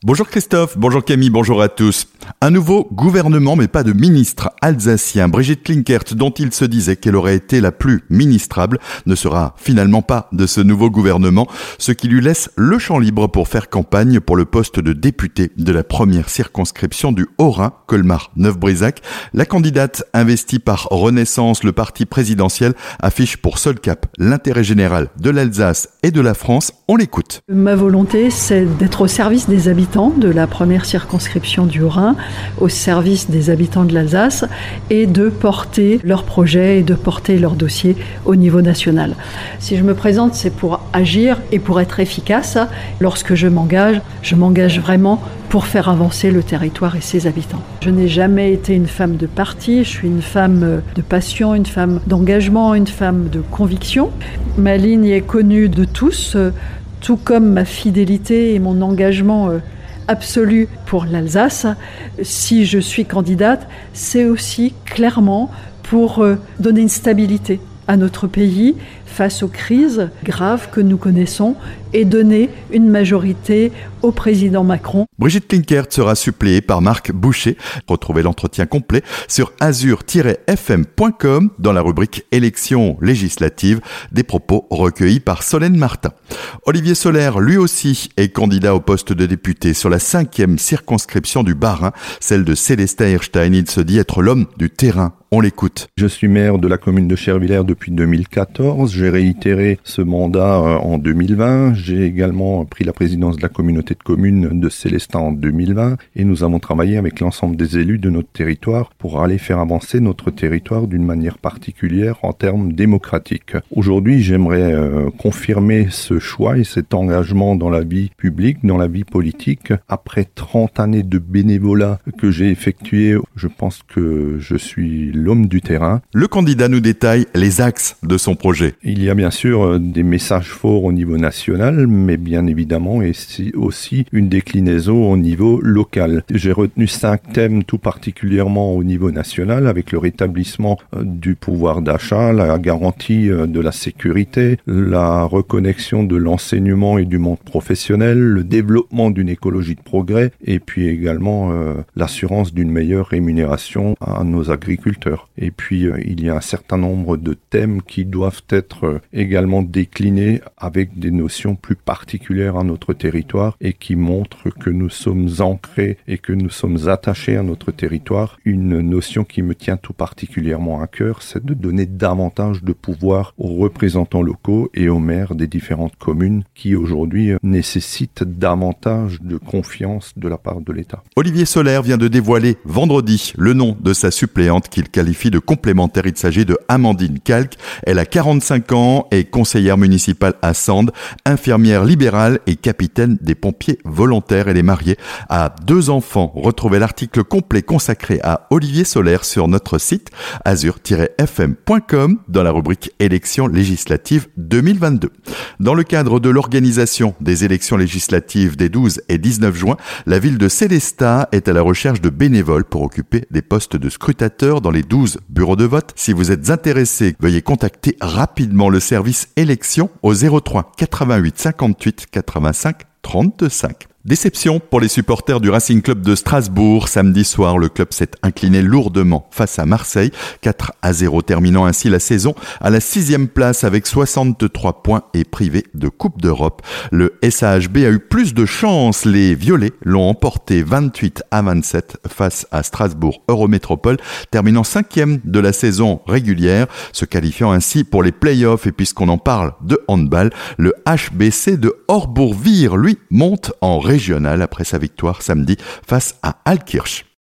Bonjour Christophe, bonjour Camille, bonjour à tous. Un nouveau gouvernement mais pas de ministre alsacien. Brigitte Klinkert, dont il se disait qu'elle aurait été la plus ministrable, ne sera finalement pas de ce nouveau gouvernement, ce qui lui laisse le champ libre pour faire campagne pour le poste de députée de la première circonscription du Haut-Rhin, Colmar-Neuf-Brisach. La candidate investie par Renaissance, le parti présidentiel, affiche pour seul cap l'intérêt général de l'Alsace et de la France. On l'écoute. Ma volonté, c'est d'être au service des habitants de la première circonscription du Haut-Rhin, au service des habitants de l'Alsace et de porter leurs projets et de porter leurs dossiers au niveau national. Si je me présente, c'est pour agir et pour être efficace. Lorsque je m'engage vraiment pour faire avancer le territoire et ses habitants. Je n'ai jamais été une femme de parti, je suis une femme de passion, une femme d'engagement, une femme de conviction. Ma ligne est connue de tous, tout comme ma fidélité et mon engagement absolu pour l'Alsace. Si je suis candidate, c'est aussi clairement pour donner une stabilité à notre pays face aux crises graves que nous connaissons et donner une majorité au président Macron. Brigitte Klinkert sera suppléée par Marc Boucher. Retrouvez l'entretien complet sur azur-fm.com dans la rubrique élections législatives, des propos recueillis par Solène Martin. Olivier Soler, lui aussi, est candidat au poste de député sur la 5e circonscription du Bas-Rhin, celle de Célestin Erstein. Il se dit être l'homme du terrain. On l'écoute. Je suis maire de la commune de Chervillers depuis 2014. J'ai réitéré ce mandat en 2020. J'ai également pris la présidence de la communauté de communes de Célestin en 2020 et nous avons travaillé avec l'ensemble des élus de notre territoire pour aller faire avancer notre territoire d'une manière particulière en termes démocratiques. Aujourd'hui, j'aimerais confirmer ce choix et cet engagement dans la vie publique, dans la vie politique. Après 30 années de bénévolat que j'ai effectué, je pense que je suis l'homme du terrain. Le candidat nous détaille les axes de son projet. Il y a bien sûr des messages forts au niveau national, mais bien évidemment aussi une déclinaison au niveau local. J'ai retenu 5 thèmes tout particulièrement au niveau national, avec le rétablissement du pouvoir d'achat, la garantie de la sécurité, la reconnexion de l'enseignement et du monde professionnel, le développement d'une écologie de progrès, et puis également l'assurance d'une meilleure rémunération à nos agriculteurs. Et puis, il y a un certain nombre de thèmes qui doivent être également déclinés avec des notions plus particulières à notre territoire et qui montrent que nous sommes ancrés et que nous sommes attachés à notre territoire. Une notion qui me tient tout particulièrement à cœur, c'est de donner davantage de pouvoir aux représentants locaux et aux maires des différentes communes qui aujourd'hui nécessitent davantage de confiance de la part de l'État. Olivier Soler vient de dévoiler vendredi le nom de sa suppléante qu'il qualifie de complémentaire. Il s'agit de Amandine Calque. Elle a 45 ans, est conseillère municipale à Sande, infirmière libérale et capitaine des pompiers volontaires. Elle est mariée, a 2 enfants. Retrouvez l'article complet consacré à Olivier Soler sur notre site azur-fm.com dans la rubrique élections législatives 2022. Dans le cadre de l'organisation des élections législatives des 12 et 19 juin, la ville de Célestat est à la recherche de bénévoles pour occuper des postes de scrutateurs dans les 12 bureaux de vote. Si vous êtes intéressé, veuillez contacter rapidement le service élections au 03 88 58 85 35. Déception pour les supporters du Racing Club de Strasbourg. Samedi soir, le club s'est incliné lourdement face à Marseille, 4-0, terminant ainsi la saison à la 6e place avec 63 points et privé de Coupe d'Europe. Le SAHB a eu plus de chance. Les Violets l'ont emporté 28-27 face à Strasbourg Eurométropole, terminant 5e de la saison régulière, se qualifiant ainsi pour les playoffs. Et puisqu'on en parle de handball, le HBC de Horbourg-Vire, lui, monte en régional après sa victoire samedi face à Altkirch.